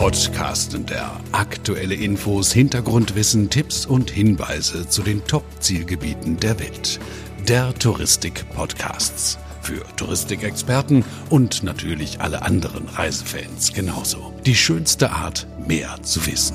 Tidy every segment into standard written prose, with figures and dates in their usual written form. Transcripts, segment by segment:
Podcastender. Aktuelle Infos, Hintergrundwissen, Tipps und Hinweise zu den Top-Zielgebieten der Welt. Der Touristik-Podcasts. Für Touristikexperten und natürlich alle anderen Reisefans genauso. Die schönste Art, mehr zu wissen.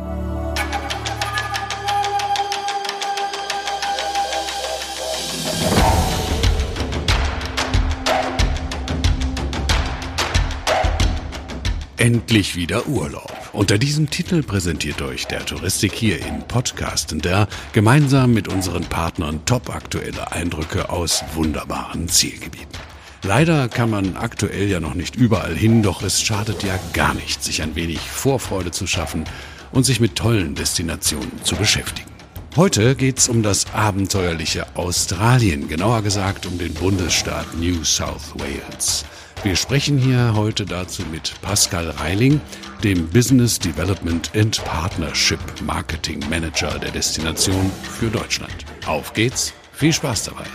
Endlich wieder Urlaub. Unter diesem Titel präsentiert euch der Touristik hier in Podcastender gemeinsam mit unseren Partnern topaktuelle Eindrücke aus wunderbaren Zielgebieten. Leider kann man aktuell ja noch nicht überall hin, doch es schadet ja gar nicht, sich ein wenig Vorfreude zu schaffen und sich mit tollen Destinationen zu beschäftigen. Heute geht's um das abenteuerliche Australien, genauer gesagt um den Bundesstaat New South Wales. Wir sprechen hier heute dazu mit Pascal Reiling, dem Business Development and Partnership Marketing Manager der Destination für Deutschland. Auf geht's, viel Spaß dabei!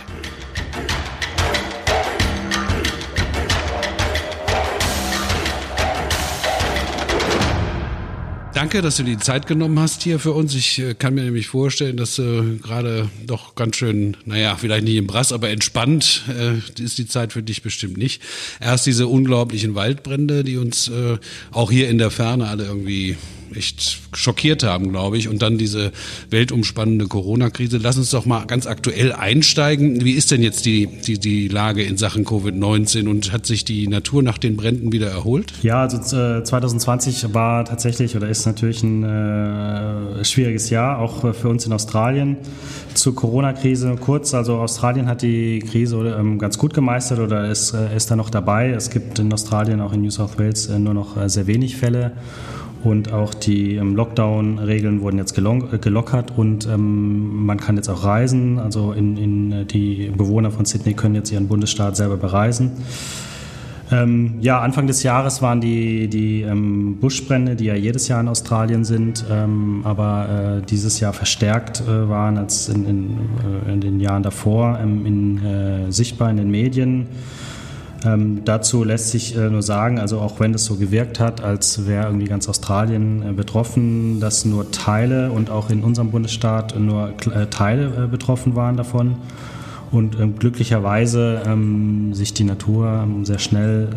Danke, dass du die Zeit genommen hast hier für uns. Ich kann mir nämlich vorstellen, dass gerade doch ganz schön, vielleicht nicht im Brass, aber entspannt ist die Zeit für dich bestimmt nicht. Erst diese unglaublichen Waldbrände, die uns auch hier in der Ferne alle irgendwie echt schockiert haben, glaube ich. Und dann diese weltumspannende Corona-Krise. Lass uns doch mal ganz aktuell einsteigen. Wie ist denn jetzt die Lage in Sachen Covid-19 und hat sich die Natur nach den Bränden wieder erholt? Ja, also 2020 war tatsächlich oder ist natürlich ein schwieriges Jahr, auch für uns in Australien. Zur Corona-Krise kurz, also Australien hat die Krise ganz gut gemeistert oder ist da noch dabei. Es gibt in Australien, auch in New South Wales, nur noch sehr wenig Fälle. Und auch die Lockdown-Regeln wurden jetzt gelockert und man kann jetzt auch reisen. Also die Bewohner von Sydney können jetzt ihren Bundesstaat selber bereisen. Anfang des Jahres waren die Buschbrände, die ja jedes Jahr in Australien sind, aber dieses Jahr verstärkt waren als in den Jahren davor sichtbar in den Medien. Dazu lässt sich nur sagen, also auch wenn es so gewirkt hat, als wäre irgendwie ganz Australien betroffen, dass nur Teile und auch in unserem Bundesstaat nur Teile betroffen waren davon und glücklicherweise sich die Natur sehr schnell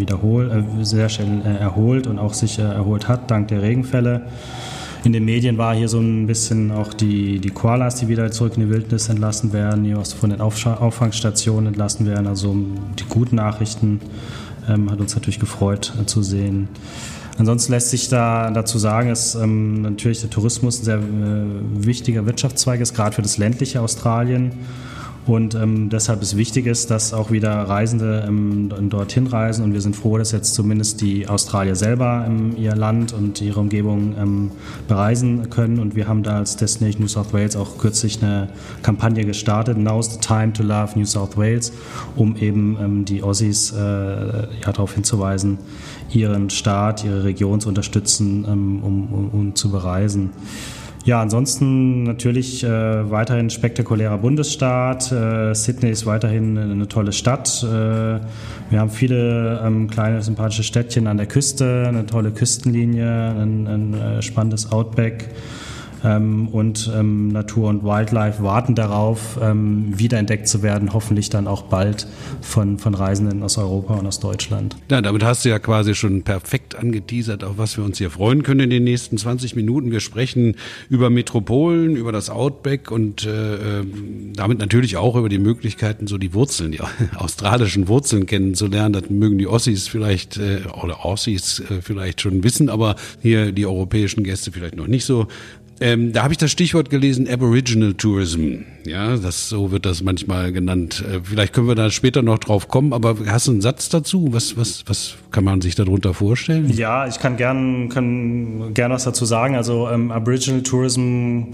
erholt und auch sich erholt hat dank der Regenfälle. In den Medien war hier so ein bisschen auch die Koalas, die wieder zurück in die Wildnis entlassen werden, die von den Auffangstationen entlassen werden. Also die guten Nachrichten hat uns natürlich gefreut zu sehen. Ansonsten lässt sich dazu sagen, dass natürlich der Tourismus ein sehr wichtiger Wirtschaftszweig ist, gerade für das ländliche Australien. Und deshalb ist wichtig, dass auch wieder Reisende dorthin reisen. Und wir sind froh, dass jetzt zumindest die Australier selber ihr Land und ihre Umgebung bereisen können. Und wir haben da als Destination New South Wales auch kürzlich eine Kampagne gestartet, Now's the time to love New South Wales, um eben die Aussies darauf hinzuweisen, ihren Staat, ihre Region zu unterstützen, um zu bereisen. Ja, ansonsten natürlich weiterhin spektakulärer Bundesstaat. Sydney ist weiterhin eine tolle Stadt. Wir haben viele kleine sympathische Städtchen an der Küste, eine tolle Küstenlinie, ein spannendes Outback. Und Natur und Wildlife warten darauf, wiederentdeckt zu werden, hoffentlich dann auch bald von Reisenden aus Europa und aus Deutschland. Ja, damit hast du ja quasi schon perfekt angeteasert, auf was wir uns hier freuen können in den nächsten 20 Minuten. Wir sprechen über Metropolen, über das Outback und damit natürlich auch über die Möglichkeiten, so die Wurzeln, die australischen Wurzeln kennenzulernen. Das mögen die Aussies vielleicht vielleicht schon wissen, aber hier die europäischen Gäste vielleicht noch nicht so. Da habe ich das Stichwort gelesen, Aboriginal Tourism. Ja, so wird das manchmal genannt. Vielleicht können wir da später noch drauf kommen, aber hast du einen Satz dazu? Was kann man sich darunter vorstellen? Ja, ich kann gern was dazu sagen. Also Aboriginal Tourism,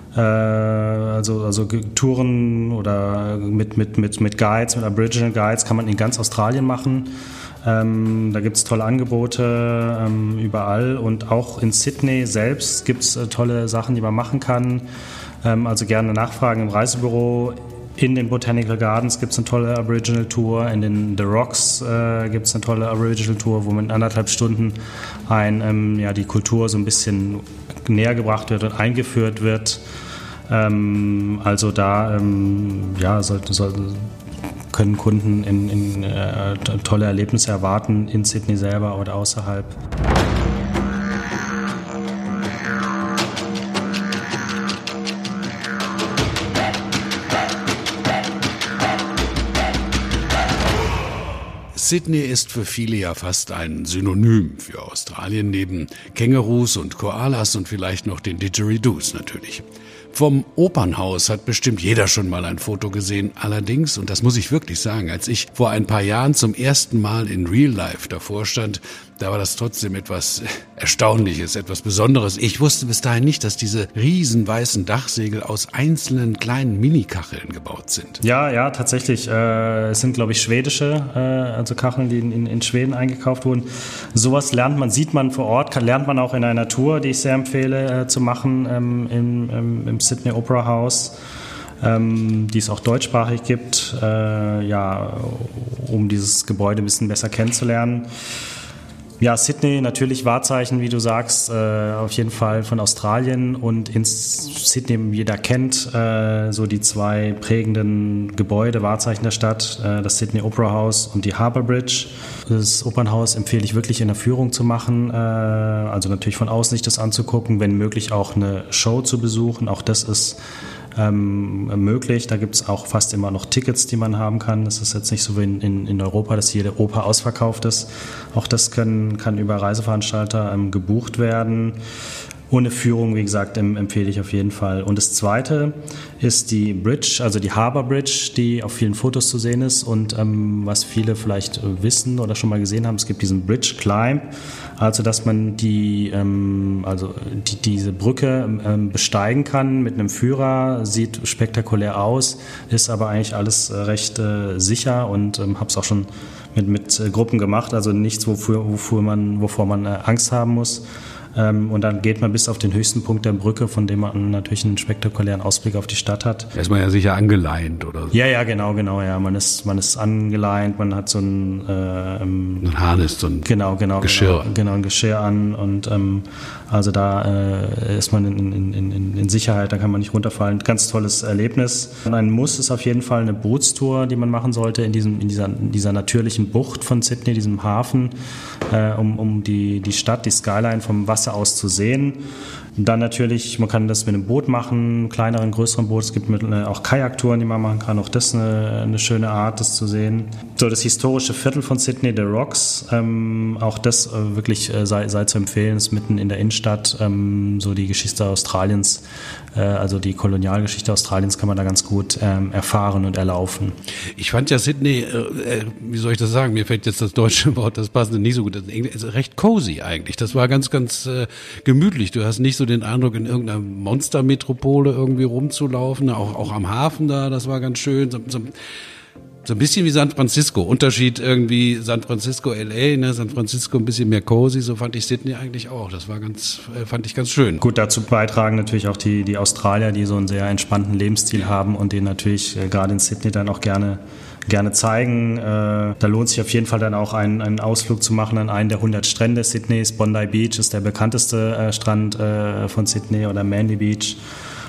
also Touren oder mit Guides, mit Aboriginal Guides kann man in ganz Australien machen. Da gibt es tolle Angebote überall und auch in Sydney selbst gibt es tolle Sachen, die man machen kann. Also gerne nachfragen im Reisebüro. In den Botanical Gardens gibt es eine tolle Aboriginal Tour, in den The Rocks gibt es eine tolle Aboriginal Tour, wo man in 1,5 Stunden die Kultur so ein bisschen näher gebracht wird und eingeführt wird. Also da können Kunden in tolle Erlebnisse erwarten, in Sydney selber oder außerhalb. Sydney ist für viele ja fast ein Synonym für Australien, neben Kängurus und Koalas und vielleicht noch den Didgeridoos natürlich. Vom Opernhaus hat bestimmt jeder schon mal ein Foto gesehen. Allerdings, und das muss ich wirklich sagen, als ich vor ein paar Jahren zum ersten Mal in Real Life davor stand, da war das trotzdem etwas Erstaunliches, etwas Besonderes. Ich wusste bis dahin nicht, dass diese riesen weißen Dachsegel aus einzelnen kleinen Minikacheln gebaut sind. Ja, tatsächlich. Es sind, glaube ich, schwedische, Kacheln, die in Schweden eingekauft wurden. Sowas sieht man vor Ort, lernt man auch in einer Tour, die ich sehr empfehle zu machen im Sydney Opera House. Die es auch deutschsprachig gibt, um dieses Gebäude ein bisschen besser kennenzulernen. Ja, Sydney natürlich Wahrzeichen, wie du sagst, auf jeden Fall von Australien, und in Sydney, jeder kennt so die 2 prägenden Gebäude, Wahrzeichen der Stadt, das Sydney Opera House und die Harbour Bridge. Das Opernhaus empfehle ich wirklich in der Führung zu machen, also natürlich von außen sich das anzugucken, wenn möglich auch eine Show zu besuchen, auch das ist möglich. Da gibt es auch fast immer noch Tickets, die man haben kann. Das ist jetzt nicht so wie in Europa, dass jede Oper ausverkauft ist. Auch das kann über Reiseveranstalter gebucht werden. Ohne Führung, wie gesagt, empfehle ich auf jeden Fall. Und das Zweite ist die Bridge, also die Harbour Bridge, die auf vielen Fotos zu sehen ist. Und was viele vielleicht wissen oder schon mal gesehen haben, es gibt diesen Bridge Climb, also dass man diese Brücke besteigen kann mit einem Führer, sieht spektakulär aus, ist aber eigentlich alles recht sicher, und habe es auch schon mit Gruppen gemacht, also nichts, wovor man Angst haben muss. Und dann geht man bis auf den höchsten Punkt der Brücke, von dem man natürlich einen spektakulären Ausblick auf die Stadt hat. Da ist man ja sicher angeleint oder so. Ja, genau, ja. Man ist angeleint, man hat so ein Harness, so ein Geschirr. Genau, ein Geschirr an, und also da ist man in Sicherheit, da kann man nicht runterfallen. Ganz tolles Erlebnis. Und ein Muss ist auf jeden Fall eine Bootstour, die man machen sollte in dieser natürlichen Bucht von Sydney, diesem Hafen, um die Stadt, die Skyline vom Wasser aus zu sehen. Und dann natürlich, man kann das mit einem Boot machen, kleineren, größeren Boot. Es gibt auch Kajaktouren, die man machen kann. Auch das eine schöne Art, das zu sehen. So das historische Viertel von Sydney, The Rocks, auch das wirklich sei zu empfehlen. Ist mitten in der Innenstadt. So die Geschichte Australiens, also die Kolonialgeschichte Australiens kann man da ganz gut erfahren und erlaufen. Ich fand ja Sydney, wie soll ich das sagen? Mir fällt jetzt das deutsche Wort, das passende nicht so gut. Das ist recht cozy eigentlich. Das war ganz, ganz gemütlich. Du hast nicht so den Eindruck, in irgendeiner Monstermetropole irgendwie rumzulaufen, auch am Hafen da, das war ganz schön, so ein bisschen wie San Francisco, Unterschied irgendwie San Francisco, LA, ne? San Francisco ein bisschen mehr cozy, so fand ich Sydney eigentlich auch, das war fand ich ganz schön. Gut, dazu beitragen natürlich auch die Australier, die so einen sehr entspannten Lebensstil haben und den natürlich gerade in Sydney dann auch gerne zeigen. Da lohnt sich auf jeden Fall dann auch einen Ausflug zu machen an einen der 100 Strände Sydneys. Bondi Beach ist der bekannteste Strand von Sydney, oder Manly Beach,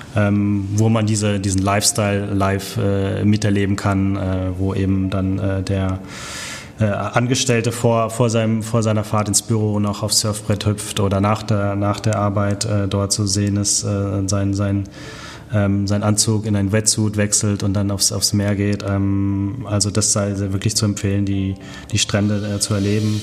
wo man diesen Lifestyle live miterleben kann, wo eben dann der Angestellte vor seiner Fahrt ins Büro noch aufs Surfbrett hüpft oder nach der Arbeit dort zu sehen ist, sein Anzug in einen Wetsuit wechselt und dann aufs Meer geht. Also das sei wirklich zu empfehlen, die Strände zu erleben.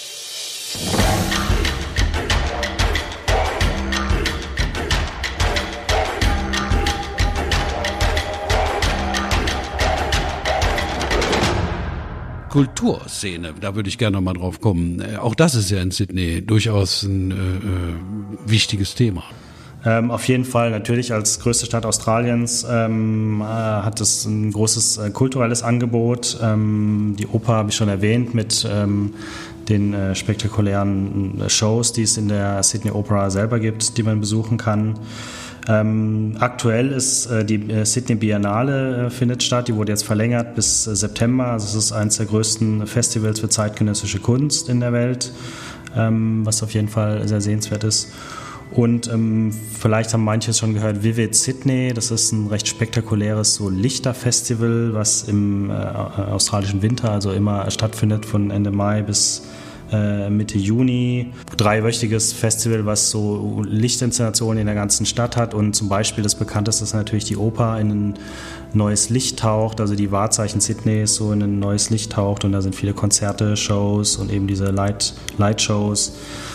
Kulturszene, da würde ich gerne noch mal drauf kommen. Auch das ist ja in Sydney durchaus ein wichtiges Thema. Auf jeden Fall, natürlich als größte Stadt Australiens hat es ein großes kulturelles Angebot. Die Oper habe ich schon erwähnt mit den spektakulären Shows, die es in der Sydney Opera selber gibt, die man besuchen kann. Aktuell ist die Sydney Biennale findet statt, die wurde jetzt verlängert bis September. Also es ist eines der größten Festivals für zeitgenössische Kunst in der Welt, was auf jeden Fall sehr sehenswert ist. Und vielleicht haben manche schon gehört, Vivid Sydney, das ist ein recht spektakuläres so Lichterfestival, was im australischen Winter also immer stattfindet von Ende Mai bis Mitte Juni. 3-wöchiges Festival, was so Lichtinstallationen in der ganzen Stadt hat und zum Beispiel das bekannteste ist natürlich die Oper in ein neues Licht taucht, also die Wahrzeichen Sydneys so in ein neues Licht taucht und da sind viele Konzerte, Shows und eben diese Light-Shows.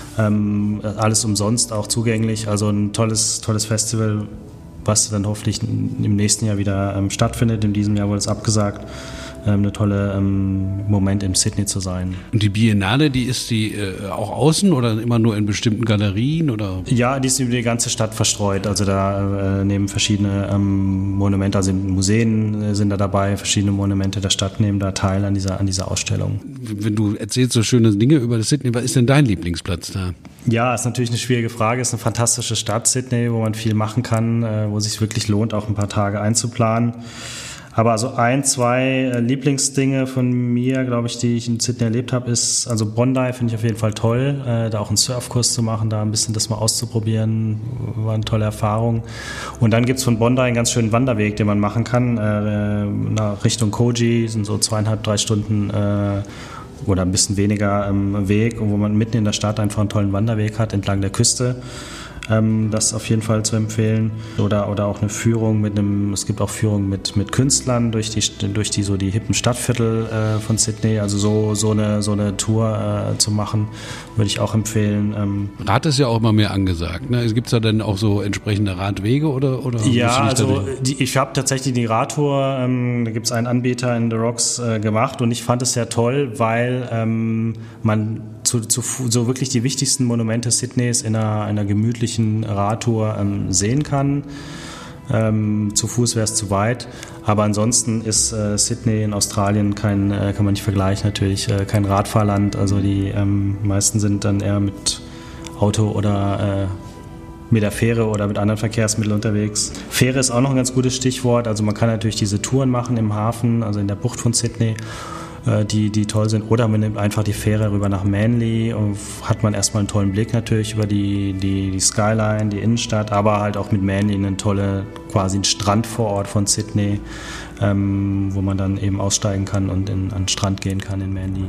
Alles umsonst auch zugänglich, also ein tolles Festival, was dann hoffentlich im nächsten Jahr wieder stattfindet. In diesem Jahr wurde es abgesagt. Eine tolle Moment in Sydney zu sein. Und die Biennale, die ist die auch außen oder immer nur in bestimmten Galerien? Oder? Ja, die ist über die ganze Stadt verstreut. Also da nehmen verschiedene Monumente, also Museen sind da dabei, verschiedene Monumente der Stadt nehmen da teil an dieser Ausstellung. Wenn du erzählst so schöne Dinge über das Sydney, was ist denn dein Lieblingsplatz da? Ja, ist natürlich eine schwierige Frage. Ist eine fantastische Stadt, Sydney, wo man viel machen kann, wo es sich wirklich lohnt, auch ein paar Tage einzuplanen. Aber also 2 Lieblingsdinge von mir, glaube ich, die ich in Sydney erlebt habe, ist, also Bondi finde ich auf jeden Fall toll, da auch einen Surfkurs zu machen, da ein bisschen das mal auszuprobieren, war eine tolle Erfahrung. Und dann gibt es von Bondi einen ganz schönen Wanderweg, den man machen kann, nach Richtung Coogee, sind so 2,5-3 Stunden oder ein bisschen weniger Weg, wo man mitten in der Stadt einfach einen tollen Wanderweg hat, entlang der Küste. Das auf jeden Fall zu empfehlen. Oder auch eine Führung es gibt auch Führungen mit Künstlern durch die hippen Stadtviertel von Sydney. Also so eine Tour zu machen, würde ich auch empfehlen. Rad ist ja auch immer mehr angesagt. Ne? Gibt es da denn auch so entsprechende Radwege oder? Ja, also ich habe tatsächlich die Radtour, da gibt es einen Anbieter in The Rocks gemacht und ich fand es sehr toll, weil man so wirklich die wichtigsten Monumente Sydneys in einer gemütlichen Radtour sehen kann. Zu Fuß wäre es zu weit, aber ansonsten ist Sydney in Australien kann man nicht vergleichen, natürlich kein Radfahrland. Also die meisten sind dann eher mit Auto oder mit der Fähre oder mit anderen Verkehrsmitteln unterwegs. Fähre ist auch noch ein ganz gutes Stichwort. Also man kann natürlich diese Touren machen im Hafen, also in der Bucht von Sydney, die toll sind. Oder man nimmt einfach die Fähre rüber nach Manly und hat man erstmal einen tollen Blick natürlich über die Skyline, die Innenstadt, aber halt auch mit Manly einen quasi einen Strandvorort von Sydney, wo man dann eben aussteigen kann und an den Strand gehen kann in Manly.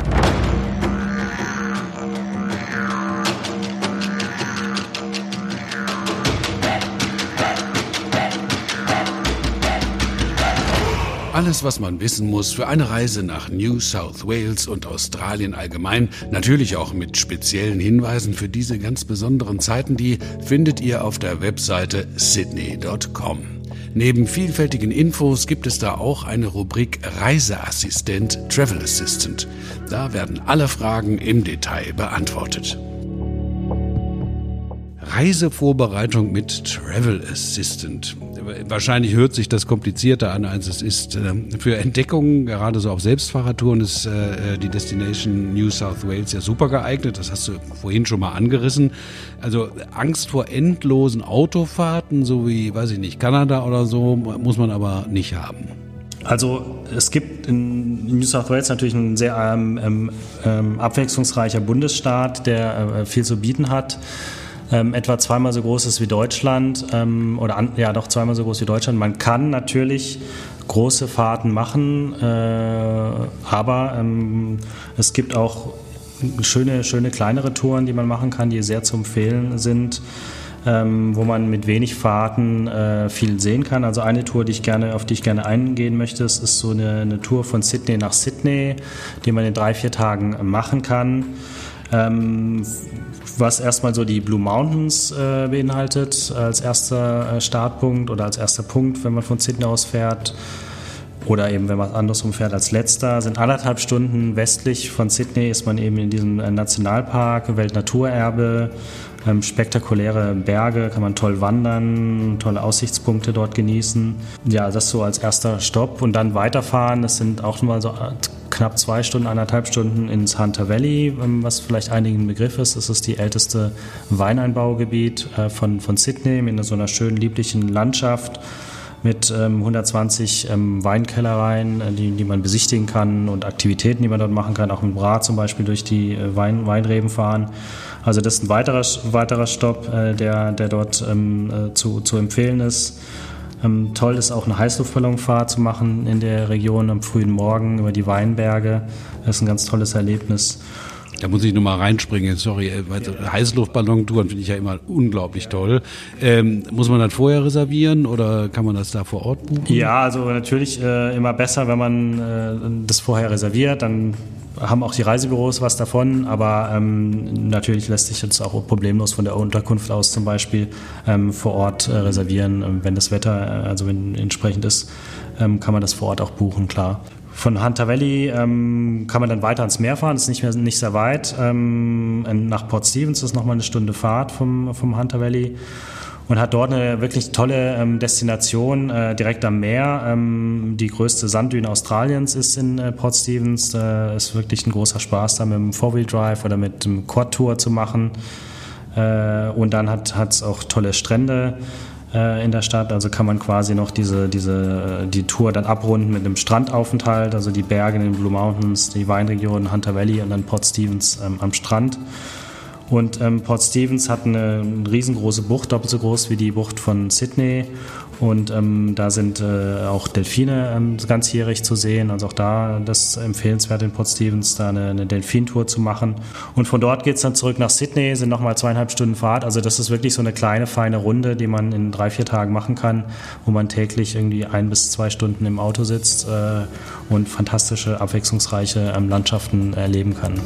Alles, was man wissen muss für eine Reise nach New South Wales und Australien allgemein, natürlich auch mit speziellen Hinweisen für diese ganz besonderen Zeiten, die findet ihr auf der Webseite sydney.com. Neben vielfältigen Infos gibt es da auch eine Rubrik Reiseassistent, Travel Assistant. Da werden alle Fragen im Detail beantwortet. Reisevorbereitung mit Travel Assistant. Wahrscheinlich hört sich das komplizierter an, als es ist. Für Entdeckungen, gerade so auf Selbstfahrertouren, ist die Destination New South Wales ja super geeignet. Das hast du vorhin schon mal angerissen. Also Angst vor endlosen Autofahrten, so wie, weiß ich nicht, Kanada oder so, muss man aber nicht haben. Also es gibt in New South Wales natürlich ein sehr abwechslungsreicher Bundesstaat, der viel zu bieten hat. Etwa 2-mal so groß ist wie Deutschland doch 2-mal so groß wie Deutschland. Man kann natürlich große Fahrten machen, aber es gibt auch schöne kleinere Touren, die man machen kann, die sehr zu empfehlen sind, wo man mit wenig Fahrten viel sehen kann. Also eine Tour, auf die ich gerne eingehen möchte, ist so eine Tour von Sydney nach Sydney, die man in 3-4 Tagen machen kann. Was erstmal so die Blue Mountains beinhaltet als erster Startpunkt oder als erster Punkt, wenn man von Sydney aus fährt. Oder eben, wenn man andersrum fährt, als letzter. Sind 1,5 Stunden westlich von Sydney, ist man eben in diesem Nationalpark, Weltnaturerbe, spektakuläre Berge, kann man toll wandern, tolle Aussichtspunkte dort genießen. Ja, das so als erster Stopp und dann weiterfahren. Das sind auch mal so knapp 2 Stunden, 1,5 Stunden ins Hunter Valley, was vielleicht einigen ein Begriff ist. Es ist die älteste Weineinbaugebiet von Sydney in so einer schönen, lieblichen Landschaft mit 120 Weinkellereien, die man besichtigen kann und Aktivitäten, die man dort machen kann, auch mit dem Rad zum Beispiel durch die Weinreben fahren. Also das ist ein weiterer Stopp, der dort zu empfehlen ist. Toll ist auch eine Heißluftballonfahrt zu machen in der Region am frühen Morgen über die Weinberge. Das ist ein ganz tolles Erlebnis. Da muss ich nur mal reinspringen, sorry, weil Heißluftballontouren finde ich ja immer unglaublich toll. Muss man das vorher reservieren oder kann man das da vor Ort buchen? Ja, also natürlich immer besser, wenn man das vorher reserviert, dann haben auch die Reisebüros was davon, aber natürlich lässt sich jetzt auch problemlos von der Unterkunft aus zum Beispiel vor Ort reservieren. Wenn das Wetter wenn entsprechend ist, kann man das vor Ort auch buchen, klar. Von Hunter Valley kann man dann weiter ans Meer fahren, das ist nicht sehr weit. Nach Port Stephens ist nochmal eine Stunde Fahrt vom Hunter Valley und hat dort eine wirklich tolle Destination direkt am Meer. Die größte Sanddüne Australiens ist in Port Stephens. Da ist wirklich ein großer Spaß, da mit dem Four-Wheel-Drive oder mit dem Quad-Tour zu machen. Und dann hat es auch tolle Strände in der Stadt, also kann man quasi noch die Tour dann abrunden mit einem Strandaufenthalt, also die Berge in den Blue Mountains, die Weinregion Hunter Valley und dann Port Stephens am Strand. Und Port Stephens hat eine riesengroße Bucht, doppelt so groß wie die Bucht von Sydney. Und da sind auch Delfine ganzjährig zu sehen. Also auch da das empfehlenswert in Port Stephens, da eine Delfintour zu machen. Und von dort geht es dann zurück nach Sydney, sind nochmal 2,5 Stunden Fahrt. Also das ist wirklich so eine kleine, feine Runde, die man in 3-4 Tagen machen kann, wo man täglich irgendwie 1 bis 2 Stunden im Auto sitzt und fantastische, abwechslungsreiche Landschaften erleben kann.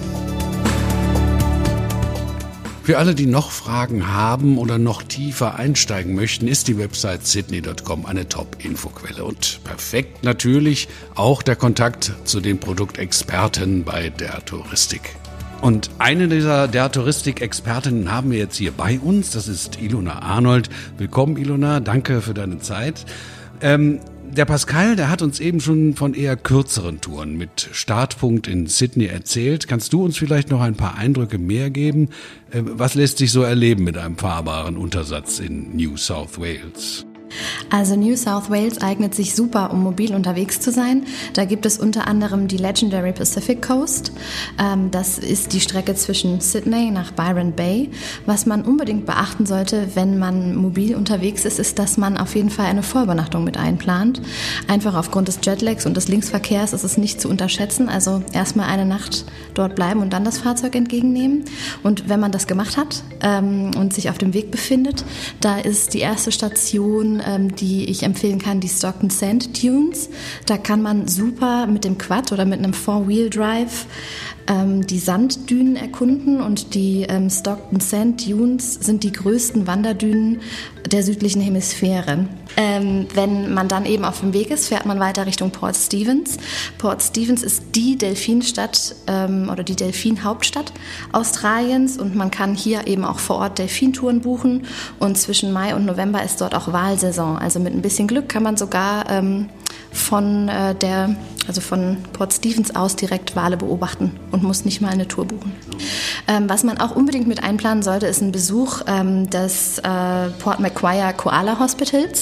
Für alle, die noch Fragen haben oder noch tiefer einsteigen möchten, ist die Website sydney.com eine Top-Infoquelle. Und perfekt natürlich auch der Kontakt zu den Produktexperten bei der Touristik. Und eine der Touristik-Expertinnen haben wir jetzt hier bei uns, das ist Ilona Arnold. Willkommen, Ilona, danke für deine Zeit. Der Pascal, der hat uns eben schon von eher kürzeren Touren mit Startpunkt in Sydney erzählt. Kannst du uns vielleicht noch ein paar Eindrücke mehr geben? Was lässt sich so erleben mit einem fahrbaren Untersatz in New South Wales? Also New South Wales eignet sich super, um mobil unterwegs zu sein. Da gibt es unter anderem die Legendary Pacific Coast. Das ist die Strecke zwischen Sydney nach Byron Bay. Was man unbedingt beachten sollte, wenn man mobil unterwegs ist, ist, dass man auf jeden Fall eine Vorübernachtung mit einplant. Einfach aufgrund des Jetlags und des Linksverkehrs ist es nicht zu unterschätzen. Also erstmal eine Nacht dort bleiben und dann das Fahrzeug entgegennehmen. Und wenn man das gemacht hat und sich auf dem Weg befindet, da ist die erste Station, die ich empfehlen kann, die Stockton Sand Dunes. Da kann man super mit dem Quad oder mit einem Four-Wheel-Drive die Sanddünen erkunden und die Stockton Sand Dunes sind die größten Wanderdünen der südlichen Hemisphäre. Wenn man dann eben auf dem Weg ist, fährt man weiter Richtung Port Stephens. Port Stephens ist die Delfinstadt oder die Delfinhauptstadt Australiens und man kann hier eben auch vor Ort Delfintouren buchen und zwischen Mai und November ist dort auch Walsaison. Also mit ein bisschen Glück kann man sogar von Port Stephens aus direkt Wale beobachten und muss nicht mal eine Tour buchen. Was man auch unbedingt mit einplanen sollte, ist ein Besuch des Port Macquarie Koala Hospitals,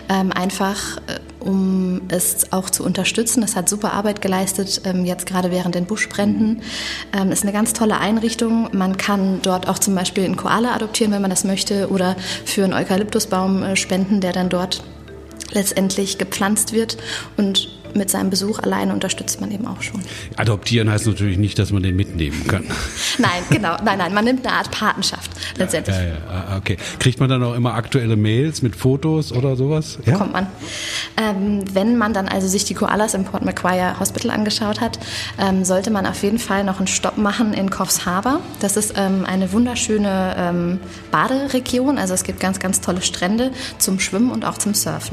um es auch zu unterstützen. Das hat super Arbeit geleistet, jetzt gerade während den Buschbränden. Ist eine ganz tolle Einrichtung. Man kann dort auch zum Beispiel einen Koala adoptieren, wenn man das möchte, oder für einen Eukalyptusbaum spenden, der dann dort letztendlich gepflanzt wird und mit seinem Besuch alleine unterstützt man eben auch schon. Adoptieren heißt natürlich nicht, dass man den mitnehmen kann. Nein, genau. Nein, man nimmt eine Art Patenschaft letztendlich. Ja, okay. Kriegt man dann auch immer aktuelle Mails mit Fotos oder sowas? Ja? Bekommt man. Wenn man dann also sich die Koalas im Port Macquarie Hospital angeschaut hat, sollte man auf jeden Fall noch einen Stopp machen in Coffs Harbour. Das ist eine wunderschöne Baderegion. Also es gibt ganz, ganz tolle Strände zum Schwimmen und auch zum Surfen.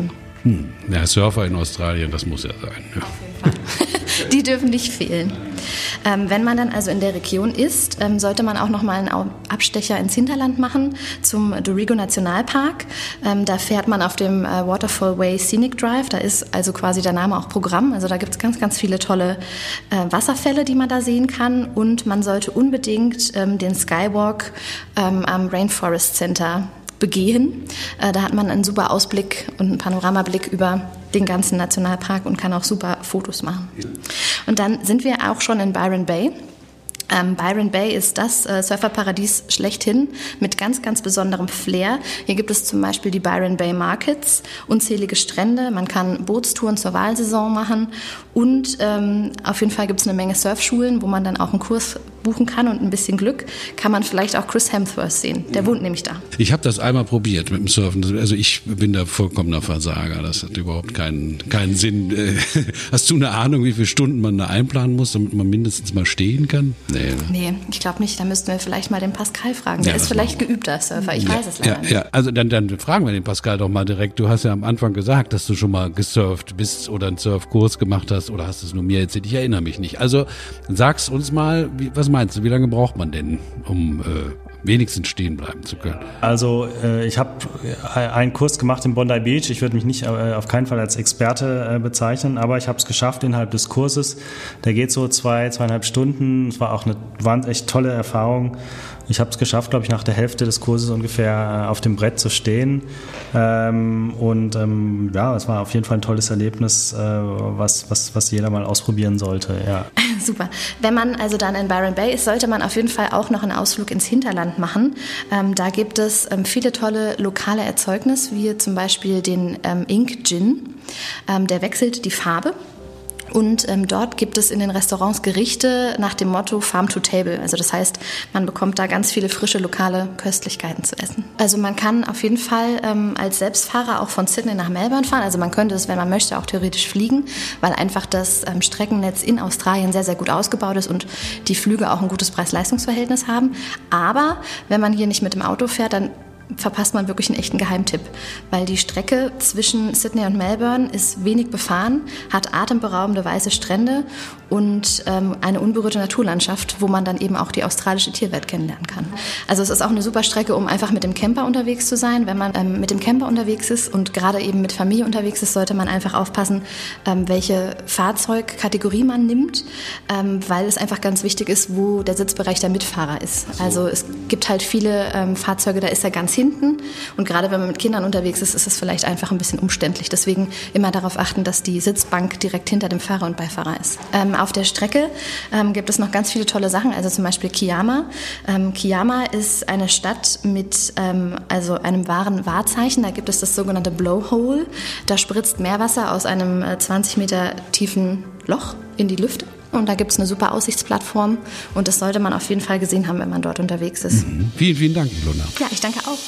Ja, Surfer in Australien, das muss ja sein. Ja. Auf jeden Fall. Die dürfen nicht fehlen. Wenn man dann also in der Region ist, sollte man auch nochmal einen Abstecher ins Hinterland machen, zum Dorrigo Nationalpark. Da fährt man auf dem Waterfall Way Scenic Drive, da ist also quasi der Name auch Programm. Also da gibt es ganz, ganz viele tolle Wasserfälle, die man da sehen kann. Und man sollte unbedingt den Skywalk am Rainforest Center begehen. Da hat man einen super Ausblick und einen Panoramablick über den ganzen Nationalpark und kann auch super Fotos machen. Und dann sind wir auch schon in Byron Bay. Byron Bay ist das Surferparadies schlechthin mit ganz, ganz besonderem Flair. Hier gibt es zum Beispiel die Byron Bay Markets, unzählige Strände, man kann Bootstouren zur Walsaison machen und auf jeden Fall gibt es eine Menge Surfschulen, wo man dann auch einen Kurs buchen kann und ein bisschen Glück kann man vielleicht auch Chris Hemsworth sehen. Der wohnt nämlich da. Ich habe das einmal probiert mit dem Surfen. Also ich bin da vollkommener Versager. Das hat überhaupt keinen Sinn. Hast du eine Ahnung, wie viele Stunden man da einplanen muss, damit man mindestens mal stehen kann? Nee, ich glaube nicht. Da müssten wir vielleicht mal den Pascal fragen. Der ist vielleicht geübter Surfer. Ich weiß es leider nicht. Ja, also dann fragen wir den Pascal doch mal direkt. Du hast ja am Anfang gesagt, dass du schon mal gesurft bist oder einen Surfkurs gemacht hast oder hast es nur mir erzählt. Ich erinnere mich nicht. Also sag's uns mal, was meinst du, wie lange braucht man denn, um wenigstens stehen bleiben zu können? Also ich habe einen Kurs gemacht in Bondi Beach. Ich würde mich nicht auf keinen Fall als Experte bezeichnen, aber ich habe es geschafft innerhalb des Kurses. Der geht so 2,5 Stunden. Es war auch eine echt tolle Erfahrung. Ich habe es geschafft, glaube ich, nach der Hälfte des Kurses ungefähr auf dem Brett zu stehen. Es war auf jeden Fall ein tolles Erlebnis, was jeder mal ausprobieren sollte. Ja. Super. Wenn man also dann in Byron Bay ist, sollte man auf jeden Fall auch noch einen Ausflug ins Hinterland machen. Da gibt es viele tolle lokale Erzeugnisse, wie zum Beispiel den Ink Gin. Der wechselt die Farbe. Und dort gibt es in den Restaurants Gerichte nach dem Motto Farm to Table. Also das heißt, man bekommt da ganz viele frische lokale Köstlichkeiten zu essen. Also man kann auf jeden Fall als Selbstfahrer auch von Sydney nach Melbourne fahren. Also man könnte es, wenn man möchte, auch theoretisch fliegen, weil einfach das Streckennetz in Australien sehr, sehr gut ausgebaut ist und die Flüge auch ein gutes Preis-Leistungs-Verhältnis haben. Aber wenn man hier nicht mit dem Auto fährt, dann verpasst man wirklich einen echten Geheimtipp, weil die Strecke zwischen Sydney und Melbourne ist wenig befahren, hat atemberaubende weiße Strände und eine unberührte Naturlandschaft, wo man dann eben auch die australische Tierwelt kennenlernen kann. Also es ist auch eine super Strecke, um einfach mit dem Camper unterwegs zu sein. Wenn man mit dem Camper unterwegs ist und gerade eben mit Familie unterwegs ist, sollte man einfach aufpassen, welche Fahrzeugkategorie man nimmt, weil es einfach ganz wichtig ist, wo der Sitzbereich der Mitfahrer ist. Also es gibt halt viele Fahrzeuge, da ist er ganz hinten und gerade wenn man mit Kindern unterwegs ist, ist es vielleicht einfach ein bisschen umständlich. Deswegen immer darauf achten, dass die Sitzbank direkt hinter dem Fahrer und Beifahrer ist. Auf der Strecke gibt es noch ganz viele tolle Sachen, also zum Beispiel Kiama. Kiama ist eine Stadt mit also einem wahren Wahrzeichen. Da gibt es das sogenannte Blowhole. Da spritzt Meerwasser aus einem 20 Meter tiefen Loch in die Lüfte. Und da gibt es eine super Aussichtsplattform und das sollte man auf jeden Fall gesehen haben, wenn man dort unterwegs ist. Vielen, vielen Dank, Ilona. Ja, ich danke auch.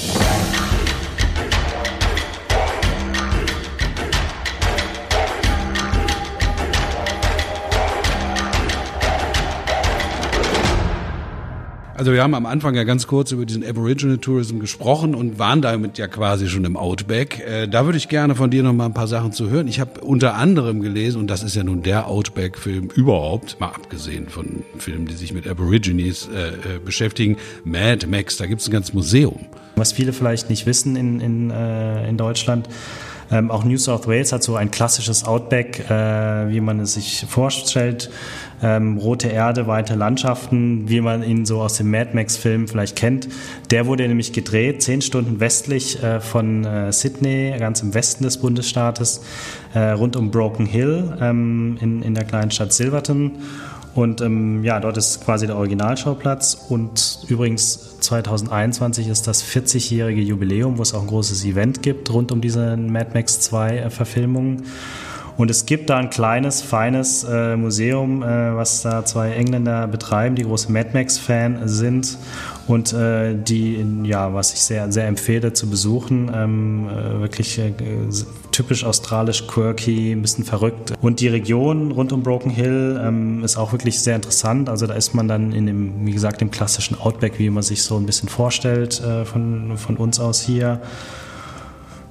Also wir haben am Anfang ja ganz kurz über diesen Aboriginal Tourism gesprochen und waren damit ja quasi schon im Outback. Da würde ich gerne von dir noch mal ein paar Sachen zu hören. Ich habe unter anderem gelesen, und das ist ja nun der Outback-Film überhaupt, mal abgesehen von Filmen, die sich mit Aborigines beschäftigen, Mad Max, da gibt es ein ganzes Museum. Was viele vielleicht nicht wissen in Deutschland, auch New South Wales hat so ein klassisches Outback, wie man es sich vorstellt. Rote Erde, weite Landschaften, wie man ihn so aus dem Mad Max-Film vielleicht kennt. Der wurde nämlich gedreht, 10 Stunden westlich von Sydney, ganz im Westen des Bundesstaates, rund um Broken Hill in der kleinen Stadt Silverton. Und dort ist quasi der Originalschauplatz. Und übrigens 2021 ist das 40-jährige Jubiläum, wo es auch ein großes Event gibt rund um diese Mad Max 2 Verfilmungen. Und es gibt da ein kleines, feines Museum, was da 2 Engländer betreiben, die große Mad Max-Fan sind und was ich sehr, sehr empfehle zu besuchen, wirklich typisch australisch, quirky, ein bisschen verrückt. Und die Region rund um Broken Hill ist auch wirklich sehr interessant. Also da ist man dann in dem, wie gesagt, dem klassischen Outback, wie man sich so ein bisschen vorstellt von uns aus hier.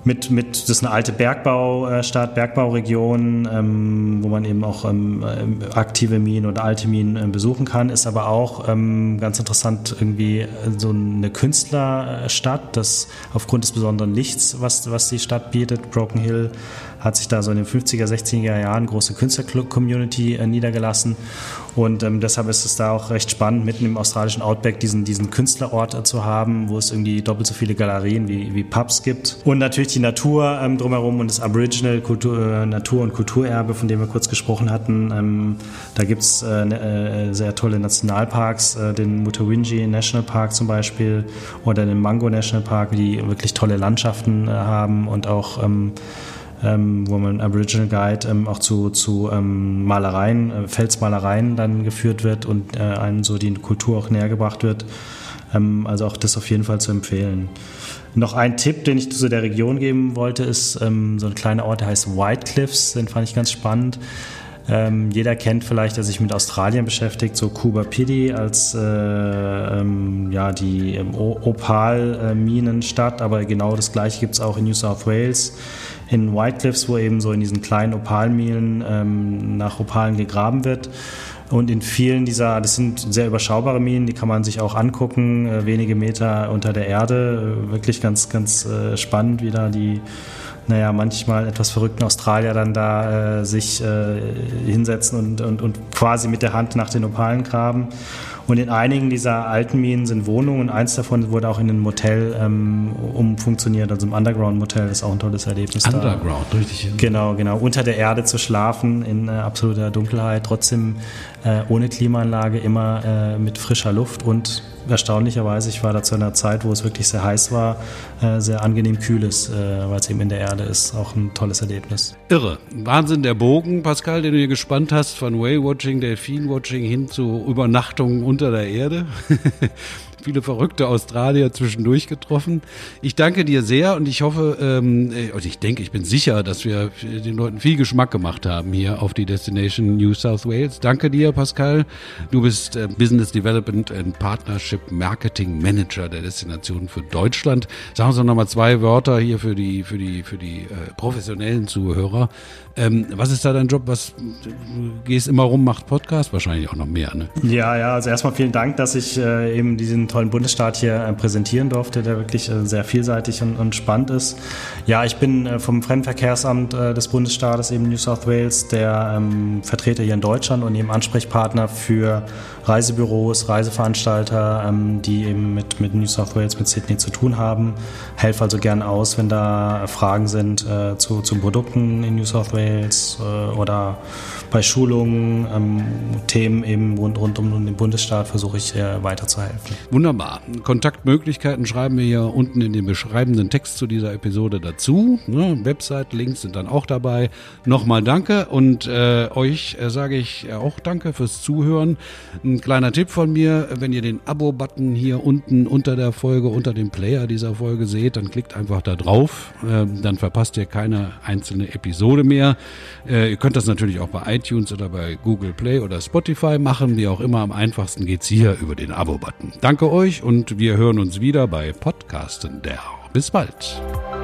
das ist eine alte Bergbaustadt, Bergbauregion, wo man eben auch aktive Minen oder alte Minen besuchen kann, ist aber auch ganz interessant irgendwie so eine Künstlerstadt, das aufgrund des besonderen Lichts, was die Stadt bietet. Broken Hill hat sich da so in den 50er, 60er Jahren große Künstler-Community niedergelassen und deshalb ist es da auch recht spannend, mitten im australischen Outback diesen Künstlerort zu haben, wo es irgendwie doppelt so viele Galerien wie Pubs gibt und natürlich die Natur drumherum und das Aboriginal Natur- und Kulturerbe, von dem wir kurz gesprochen hatten. Da gibt es sehr tolle Nationalparks, den Mutawinji National Park zum Beispiel oder den Mango National Park, die wirklich tolle Landschaften haben und auch wo man Aboriginal Guide auch zu Malereien, Felsmalereien dann geführt wird und einem so die Kultur auch näher gebracht wird. Also auch das auf jeden Fall zu empfehlen. Noch ein Tipp, den ich zu der Region geben wollte, ist so ein kleiner Ort, der heißt White Cliffs, den fand ich ganz spannend. Jeder kennt vielleicht, der sich mit Australien beschäftigt, so Coober Pedy als die Opalminenstadt, aber genau das Gleiche gibt es auch in New South Wales, in White Cliffs, wo eben so in diesen kleinen Opalminen nach Opalen gegraben wird. Und in vielen das sind sehr überschaubare Minen, die kann man sich auch angucken, wenige Meter unter der Erde, wirklich ganz, ganz spannend, wie da die manchmal etwas verrückten Australier dann da sich hinsetzen und quasi mit der Hand nach den Opalen graben. Und in einigen dieser alten Minen sind Wohnungen. Eins davon wurde auch in ein Motel umfunktioniert, also im Underground-Motel. Das ist auch ein tolles Erlebnis. Underground, richtig. Genau. Unter der Erde zu schlafen, in absoluter Dunkelheit, trotzdem ohne Klimaanlage, immer mit frischer Luft und erstaunlicherweise, ich war da zu einer Zeit, wo es wirklich sehr heiß war, sehr angenehm kühl ist, weil es eben in der Erde ist. Auch ein tolles Erlebnis. Irre. Wahnsinn, der Bogen, Pascal, den du hier gespannt hast, von Whale-Watching, Delfin-Watching hin zu Übernachtungen unter der Erde. Viele verrückte Australier zwischendurch getroffen. Ich danke dir sehr und ich hoffe, ich bin sicher, dass wir den Leuten viel Geschmack gemacht haben hier auf die Destination New South Wales. Danke dir, Pascal. Du bist Business Development and Partnership Marketing Manager der Destination für Deutschland. Sagen Sie noch mal 2 Wörter hier für die professionellen Zuhörer. Was ist da dein Job? Du gehst immer rum, machst Podcast? Wahrscheinlich auch noch mehr, ne? Ja, also erstmal vielen Dank, dass ich eben diesen tollen Bundesstaat hier präsentieren durfte, der wirklich sehr vielseitig und spannend ist. Ja, ich bin vom Fremdenverkehrsamt des Bundesstaates eben New South Wales, der Vertreter hier in Deutschland und eben Ansprechpartner für Reisebüros, Reiseveranstalter, die eben mit New South Wales, mit Sydney zu tun haben. Helfe also gern aus, wenn da Fragen sind zu Produkten in New South Wales oder bei Schulungen, Themen eben rund um den Bundesstaat versuche ich weiterzuhelfen. Wunderbar. Kontaktmöglichkeiten schreiben wir hier unten in den beschreibenden Text zu dieser Episode dazu. Website, Links sind dann auch dabei. Nochmal danke und euch sage ich auch danke fürs Zuhören. Ein kleiner Tipp von mir, wenn ihr den Abo-Button hier unten unter der Folge, unter dem Player dieser Folge seht, dann klickt einfach da drauf. Dann verpasst ihr keine einzelne Episode mehr. Ihr könnt das natürlich auch bei iTunes oder bei Google Play oder Spotify machen. Wie auch immer, am einfachsten geht's hier über den Abo-Button. Danke euch und wir hören uns wieder bei Podcasten der. Bis bald.